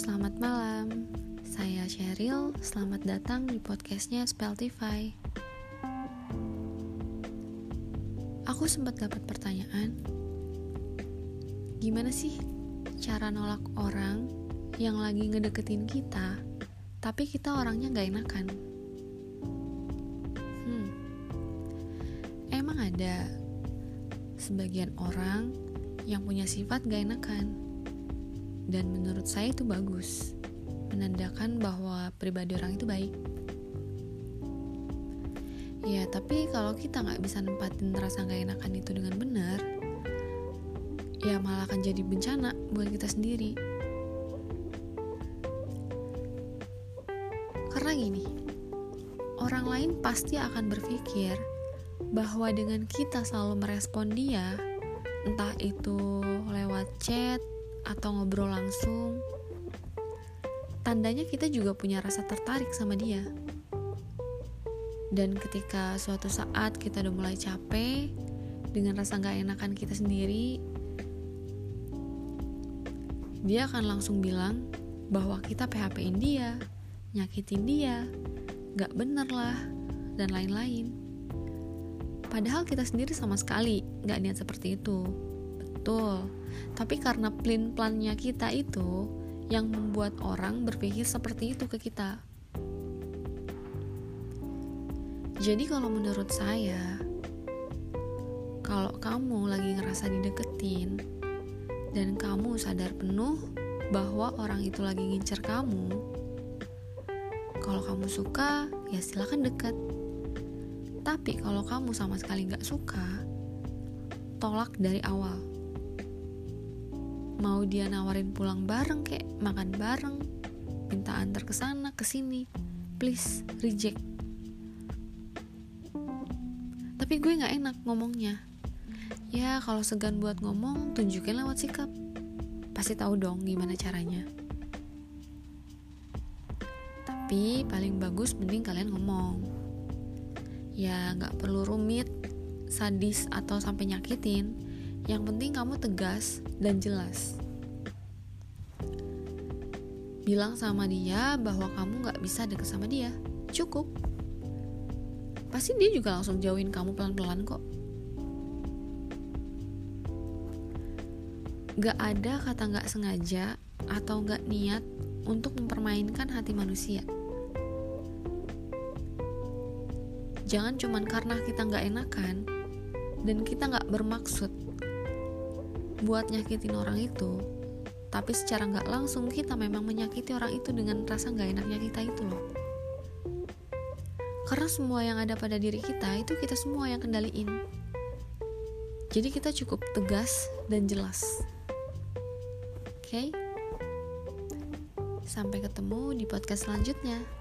selamat malam. Saya Sheryl, selamat datang di podcastnya Speltify. Aku sempat dapat pertanyaan, gimana sih cara nolak orang yang lagi ngedeketin kita, tapi kita orangnya gak enakan? Emang ada sebagian orang yang punya sifat gak enakan, dan menurut saya itu bagus, menandakan bahwa pribadi orang itu baik. Ya, tapi kalau kita gak bisa nempatin rasa gak enakan itu dengan benar, ya malah akan jadi bencana buat kita sendiri. Karena gini, orang lain pasti akan berpikir bahwa dengan kita selalu merespon dia, entah itu lewat chat atau ngobrol langsung, tandanya kita juga punya rasa tertarik sama dia. Dan ketika suatu saat kita udah mulai capek dengan rasa gak enakan kita sendiri, dia akan langsung bilang bahwa kita PHP-in dia, nyakitin dia, gak bener lah, dan lain-lain. Padahal kita sendiri sama sekali gak niat seperti itu. Betul, tapi karena plan-plannya kita itu yang membuat orang berpikir seperti itu ke kita. Jadi kalau menurut saya, kalau kamu lagi ngerasa dideketin dan kamu sadar penuh bahwa orang itu lagi ngincer kamu, kalau kamu suka, ya silakan dekat. Tapi kalau kamu sama sekali gak suka, tolak dari awal. Mau dia nawarin pulang bareng kek, makan bareng, minta antar ke sana ke sini, please reject. Tapi gue gak enak ngomongnya. Ya kalau segan buat ngomong, tunjukin lewat sikap. Pasti tahu dong gimana caranya. Tapi paling bagus mending kalian ngomong. Ya gak perlu rumit, sadis atau sampai nyakitin. Yang penting kamu tegas dan jelas. Bilang sama dia bahwa kamu gak bisa deket sama dia. Cukup. Pasti dia juga langsung jauhin kamu pelan-pelan kok. Gak ada kata gak sengaja atau gak niat untuk mempermainkan hati manusia. Jangan cuman karena kita gak enakan dan kita gak bermaksud buat nyakitin orang itu, tapi secara gak langsung kita memang menyakiti orang itu dengan rasa gak enaknya kita itu loh. Karena semua yang ada pada diri kita itu kita semua yang kendaliin. Jadi kita cukup tegas dan jelas. Oke? Sampai ketemu di podcast selanjutnya.